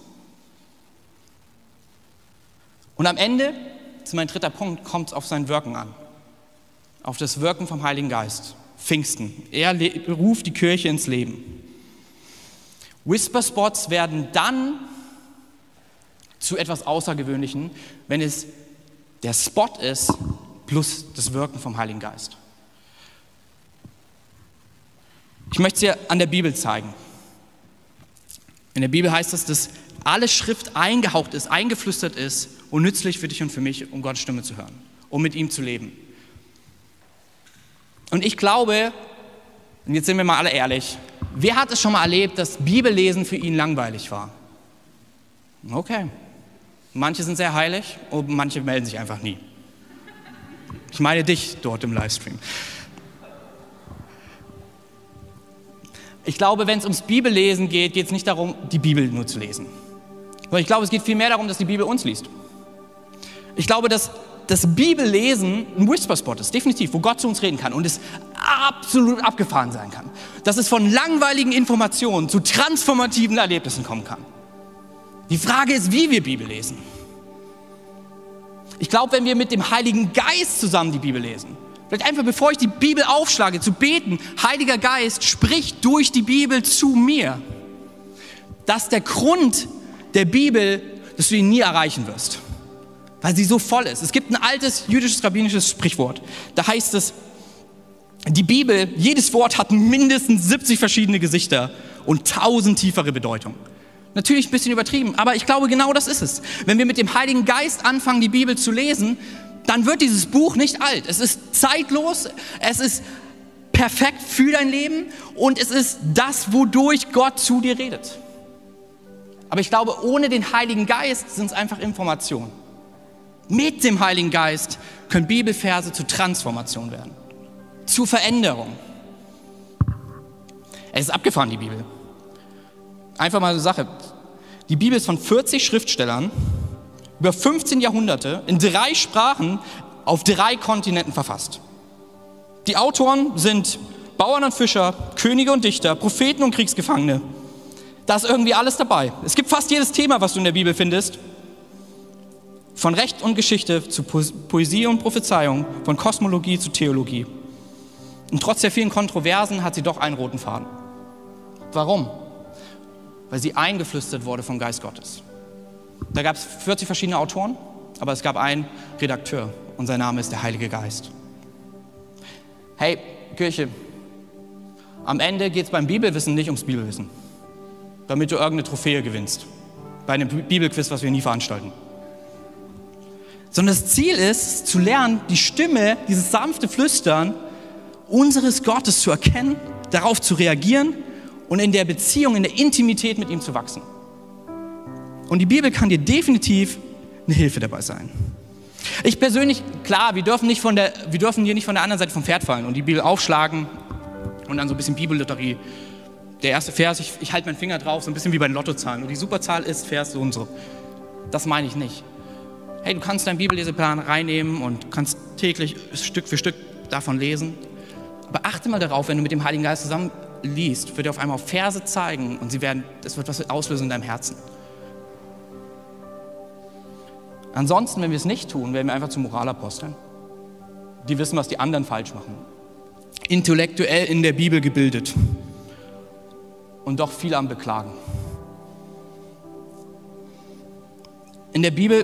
Und am Ende, das ist mein 3. Punkt, kommt es auf sein Wirken an. Auf das Wirken vom Heiligen Geist. Pfingsten. Er ruft die Kirche ins Leben. Whisper-Spots werden dann zu etwas Außergewöhnlichem, wenn es der Spot ist plus das Wirken vom Heiligen Geist. Ich möchte es dir an der Bibel zeigen. In der Bibel heißt es, dass alle Schrift eingehaucht ist, eingeflüstert ist und nützlich für dich und für mich, um Gottes Stimme zu hören, um mit ihm zu leben. Und ich glaube, und jetzt sind wir mal alle ehrlich, wer hat es schon mal erlebt, dass Bibellesen für ihn langweilig war? Okay. Manche sind sehr heilig und manche melden sich einfach nie. Ich meine dich dort im Livestream. Ich glaube, wenn es ums Bibellesen geht, geht es nicht darum, die Bibel nur zu lesen. Sondern ich glaube, es geht vielmehr darum, dass die Bibel uns liest. Ich glaube, dass das Bibellesen ein Whisper-Spot ist, definitiv, wo Gott zu uns reden kann und es absolut abgefahren sein kann. Dass es von langweiligen Informationen zu transformativen Erlebnissen kommen kann. Die Frage ist, wie wir Bibel lesen. Ich glaube, wenn wir mit dem Heiligen Geist zusammen die Bibel lesen, vielleicht einfach, bevor ich die Bibel aufschlage, zu beten, Heiliger Geist, sprich durch die Bibel zu mir. Das ist der Grund der Bibel, dass du ihn nie erreichen wirst, weil sie so voll ist. Es gibt ein altes jüdisches, rabbinisches Sprichwort, da heißt es, die Bibel, jedes Wort hat mindestens 70 verschiedene Gesichter und 1000 tiefere Bedeutungen. Natürlich ein bisschen übertrieben, aber ich glaube, genau das ist es. Wenn wir mit dem Heiligen Geist anfangen, die Bibel zu lesen, dann wird dieses Buch nicht alt. Es ist zeitlos, es ist perfekt für dein Leben und es ist das, wodurch Gott zu dir redet. Aber ich glaube, ohne den Heiligen Geist sind es einfach Informationen. Mit dem Heiligen Geist können Bibelverse zu Transformation werden, zu Veränderung. Es ist abgefahren, die Bibel. Einfach mal eine Sache. Die Bibel ist von 40 Schriftstellern über 15 Jahrhunderte in 3 Sprachen auf 3 Kontinenten verfasst. Die Autoren sind Bauern und Fischer, Könige und Dichter, Propheten und Kriegsgefangene. Da ist irgendwie alles dabei. Es gibt fast jedes Thema, was du in der Bibel findest. Von Recht und Geschichte zu Poesie und Prophezeiung, von Kosmologie zu Theologie. Und trotz der vielen Kontroversen hat sie doch einen roten Faden. Warum? Weil sie eingeflüstert wurde vom Geist Gottes. Da gab es 40 verschiedene Autoren, aber es gab einen Redakteur und sein Name ist der Heilige Geist. Hey, Kirche, am Ende geht es beim Bibelwissen nicht ums Bibelwissen, damit du irgendeine Trophäe gewinnst, bei einem Bibelquiz, was wir nie veranstalten. Sondern das Ziel ist, zu lernen, die Stimme, dieses sanfte Flüstern unseres Gottes zu erkennen, darauf zu reagieren und in der Beziehung, in der Intimität mit ihm zu wachsen. Und die Bibel kann dir definitiv eine Hilfe dabei sein. Ich persönlich, klar, wir dürfen hier nicht von der anderen Seite vom Pferd fallen und die Bibel aufschlagen und dann so ein bisschen Bibellotterie. Der erste Vers, ich halte meinen Finger drauf, so ein bisschen wie bei den Lottozahlen. Und die Superzahl ist Vers so und so. Das meine ich nicht. Hey, du kannst deinen Bibelleseplan reinnehmen und kannst täglich Stück für Stück davon lesen. Aber achte mal darauf, wenn du mit dem Heiligen Geist zusammen liest, wird er auf einmal auf Verse zeigen und das wird was auslösen in deinem Herzen. Ansonsten, wenn wir es nicht tun, werden wir einfach zu Moralaposteln. Die wissen, was die anderen falsch machen. Intellektuell in der Bibel gebildet. Und doch viel am Beklagen. In der Bibel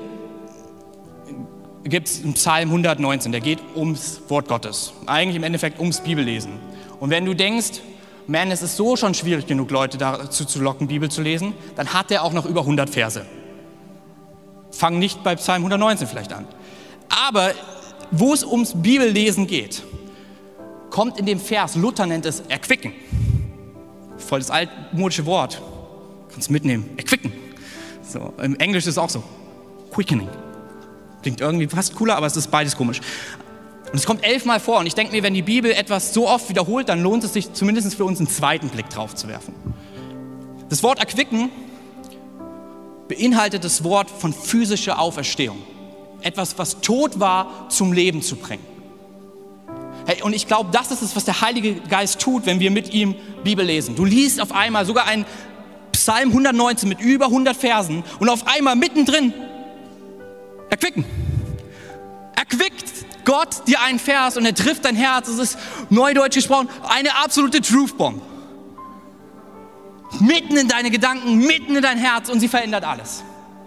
gibt es einen Psalm 119, der geht ums Wort Gottes. Eigentlich im Endeffekt ums Bibellesen. Und wenn du denkst, man, es ist so schon schwierig genug, Leute dazu zu locken, Bibel zu lesen, dann hat er auch noch über 100 Verse. Fang nicht bei Psalm 119 vielleicht an. Aber wo es ums Bibellesen geht, kommt in dem Vers, Luther nennt es erquicken. Voll das altmodische Wort. Kannst du mitnehmen. Erquicken. So, im Englisch ist es auch so. Quickening. Klingt irgendwie fast cooler, aber es ist beides komisch. Und es kommt 11 Mal vor. Und ich denke mir, wenn die Bibel etwas so oft wiederholt, dann lohnt es sich zumindest für uns einen zweiten Blick drauf zu werfen. Das Wort erquicken beinhaltet das Wort von physischer Auferstehung. Etwas, was tot war, zum Leben zu bringen. Hey, und ich glaube, das ist es, was der Heilige Geist tut, wenn wir mit ihm Bibel lesen. Du liest auf einmal sogar einen Psalm 119 mit über 100 Versen und auf einmal mittendrin erquicken. Erquickt Gott dir einen Vers und er trifft dein Herz. Es ist neudeutsch gesprochen eine absolute Truth-Bomb. Mitten in deine Gedanken, mitten in dein Herz und sie verändert alles.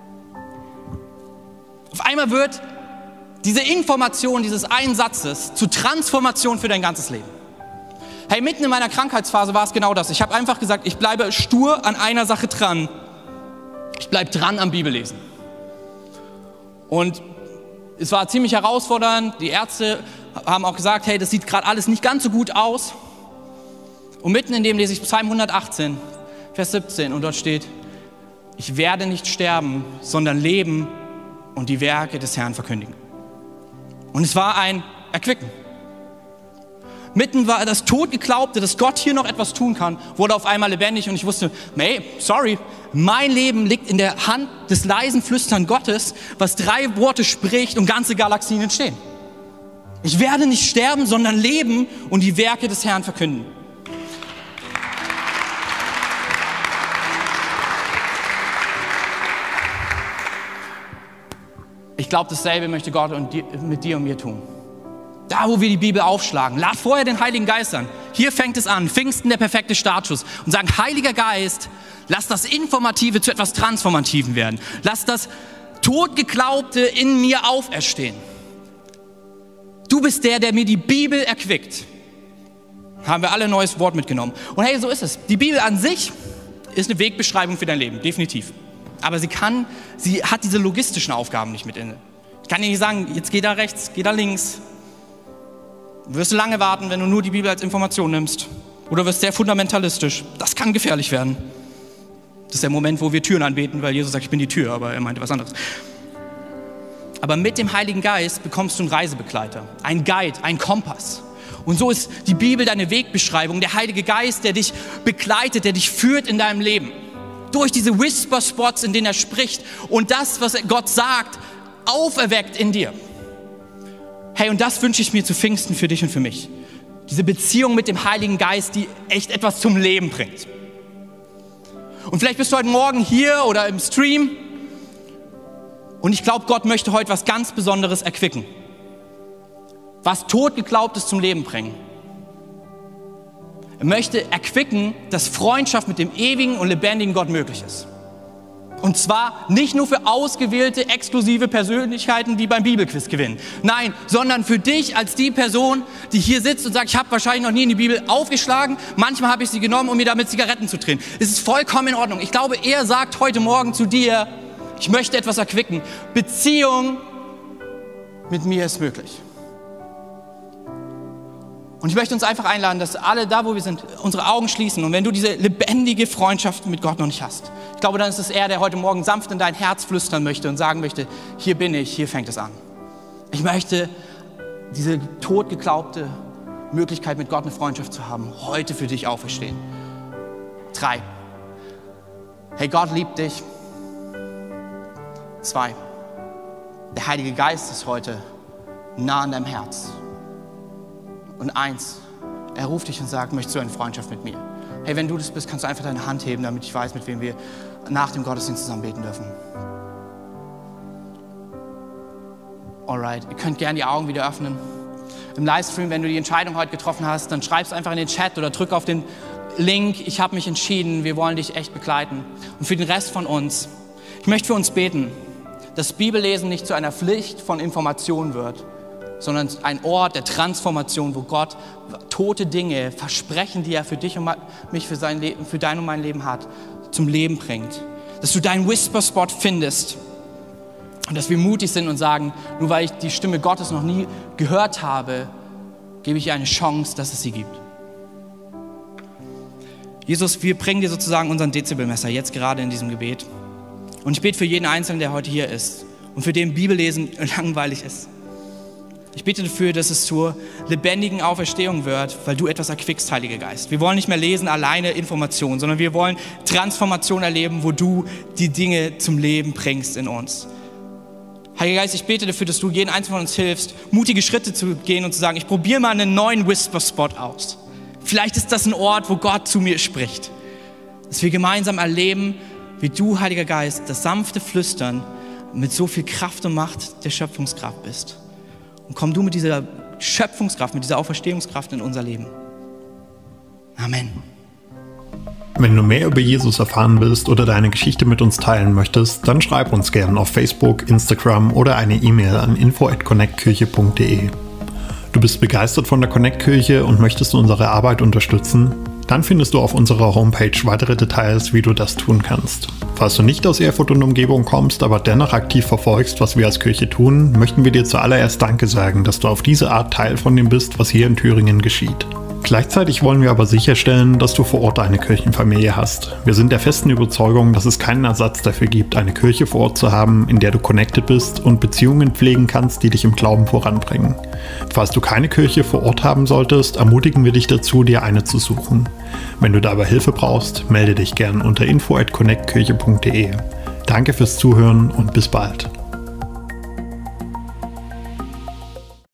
Auf einmal wird diese Information dieses einen Satzes zur Transformation für dein ganzes Leben. Hey, mitten in meiner Krankheitsphase war es genau das. Ich habe einfach gesagt, ich bleibe stur an einer Sache dran. Ich bleibe dran am Bibellesen. Und es war ziemlich herausfordernd. Die Ärzte haben auch gesagt, hey, das sieht gerade alles nicht ganz so gut aus. Und mitten in dem lese ich Psalm 118, Vers 17 und dort steht, ich werde nicht sterben, sondern leben und die Werke des Herrn verkündigen. Und es war ein Erquicken. Mitten war das Totgeglaubte, dass Gott hier noch etwas tun kann, wurde auf einmal lebendig und ich wusste, hey, sorry, mein Leben liegt in der Hand des leisen Flüstern Gottes, was 3 Worte spricht und ganze Galaxien entstehen. Ich werde nicht sterben, sondern leben und die Werke des Herrn verkünden. Ich glaube, dasselbe möchte Gott mit dir und mir tun. Da, wo wir die Bibel aufschlagen, lad vorher den Heiligen Geist an. Hier fängt es an, Pfingsten der perfekte Startschuss. Und sagen, Heiliger Geist, lass das Informative zu etwas Transformativen werden. Lass das Totgeglaubte in mir auferstehen. Du bist der mir die Bibel erquickt. Haben wir alle ein neues Wort mitgenommen. Und hey, so ist es. Die Bibel an sich ist eine Wegbeschreibung für dein Leben, definitiv. Aber sie hat diese logistischen Aufgaben nicht mit inne. Ich kann dir nicht sagen, jetzt geh da rechts, geh da links. Du wirst lange warten, wenn du nur die Bibel als Information nimmst. Oder wirst sehr fundamentalistisch. Das kann gefährlich werden. Das ist der Moment, wo wir Türen anbeten, weil Jesus sagt, ich bin die Tür, aber er meinte was anderes. Aber mit dem Heiligen Geist bekommst du einen Reisebegleiter, einen Guide, einen Kompass. Und so ist die Bibel deine Wegbeschreibung, der Heilige Geist, der dich begleitet, der dich führt in deinem Leben. Durch diese Whisper-Spots, in denen er spricht und das, was Gott sagt, auferweckt in dir. Hey, und das wünsche ich mir zu Pfingsten für dich und für mich. Diese Beziehung mit dem Heiligen Geist, die echt etwas zum Leben bringt. Und vielleicht bist du heute Morgen hier oder im Stream und ich glaube, Gott möchte heute was ganz Besonderes erquicken. Was Totgeglaubtes zum Leben bringen. Er möchte erquicken, dass Freundschaft mit dem ewigen und lebendigen Gott möglich ist. Und zwar nicht nur für ausgewählte, exklusive Persönlichkeiten, die beim Bibelquiz gewinnen. Nein, sondern für dich als die Person, die hier sitzt und sagt, ich habe wahrscheinlich noch nie in die Bibel aufgeschlagen, manchmal habe ich sie genommen, um mir damit Zigaretten zu drehen. Es ist vollkommen in Ordnung. Ich glaube, er sagt heute Morgen zu dir, ich möchte etwas erquicken. Beziehung mit mir ist möglich. Und ich möchte uns einfach einladen, dass alle da, wo wir sind, unsere Augen schließen. Und wenn du diese lebendige Freundschaft mit Gott noch nicht hast, ich glaube, dann ist es er, der heute Morgen sanft in dein Herz flüstern möchte und sagen möchte, hier bin ich, hier fängt es an. Ich möchte diese totgeglaubte Möglichkeit, mit Gott eine Freundschaft zu haben, heute für dich auferstehen. 3. Hey, Gott liebt dich. 2. Der Heilige Geist ist heute nah an deinem Herz. Und 1, er ruft dich und sagt, möchtest du eine Freundschaft mit mir? Hey, wenn du das bist, kannst du einfach deine Hand heben, damit ich weiß, mit wem wir nach dem Gottesdienst zusammen beten dürfen. Alright, ihr könnt gerne die Augen wieder öffnen. Im Livestream, wenn du die Entscheidung heute getroffen hast, dann schreib es einfach in den Chat oder drück auf den Link. Ich habe mich entschieden, wir wollen dich echt begleiten. Und für den Rest von uns, ich möchte für uns beten, dass Bibellesen nicht zu einer Pflicht von Informationen wird, sondern ein Ort der Transformation, wo Gott tote Dinge, Versprechen, die er für dich und mich, für dein und mein Leben hat, zum Leben bringt. Dass du deinen Whisper-Spot findest und dass wir mutig sind und sagen, nur weil ich die Stimme Gottes noch nie gehört habe, gebe ich ihr eine Chance, dass es sie gibt. Jesus, wir bringen dir sozusagen unseren Dezibelmesser jetzt gerade in diesem Gebet. Und ich bete für jeden Einzelnen, der heute hier ist und für den Bibellesen langweilig ist. Ich bete dafür, dass es zur lebendigen Auferstehung wird, weil du etwas erquickst, Heiliger Geist. Wir wollen nicht mehr lesen, alleine Informationen, sondern wir wollen Transformation erleben, wo du die Dinge zum Leben bringst in uns. Heiliger Geist, ich bete dafür, dass du jeden Einzelnen von uns hilfst, mutige Schritte zu gehen und zu sagen, ich probiere mal einen neuen Whisper-Spot aus. Vielleicht ist das ein Ort, wo Gott zu mir spricht. Dass wir gemeinsam erleben, wie du, Heiliger Geist, das sanfte Flüstern mit so viel Kraft und Macht der Schöpfungskraft bist. Und komm du mit dieser Schöpfungskraft, mit dieser Auferstehungskraft in unser Leben. Amen. Wenn du mehr über Jesus erfahren willst oder deine Geschichte mit uns teilen möchtest, dann schreib uns gerne auf Facebook, Instagram oder eine E-Mail an info@connectkirche.de. Du bist begeistert von der Connect-Kirche und möchtest unsere Arbeit unterstützen? Dann findest du auf unserer Homepage weitere Details, wie du das tun kannst. Falls du nicht aus Erfurt und Umgebung kommst, aber dennoch aktiv verfolgst, was wir als Kirche tun, möchten wir dir zuallererst Danke sagen, dass du auf diese Art Teil von dem bist, was hier in Thüringen geschieht. Gleichzeitig wollen wir aber sicherstellen, dass du vor Ort eine Kirchenfamilie hast. Wir sind der festen Überzeugung, dass es keinen Ersatz dafür gibt, eine Kirche vor Ort zu haben, in der du connected bist und Beziehungen pflegen kannst, die dich im Glauben voranbringen. Falls du keine Kirche vor Ort haben solltest, ermutigen wir dich dazu, dir eine zu suchen. Wenn du dabei Hilfe brauchst, melde dich gern unter info@connectkirche.de. Danke fürs Zuhören und bis bald.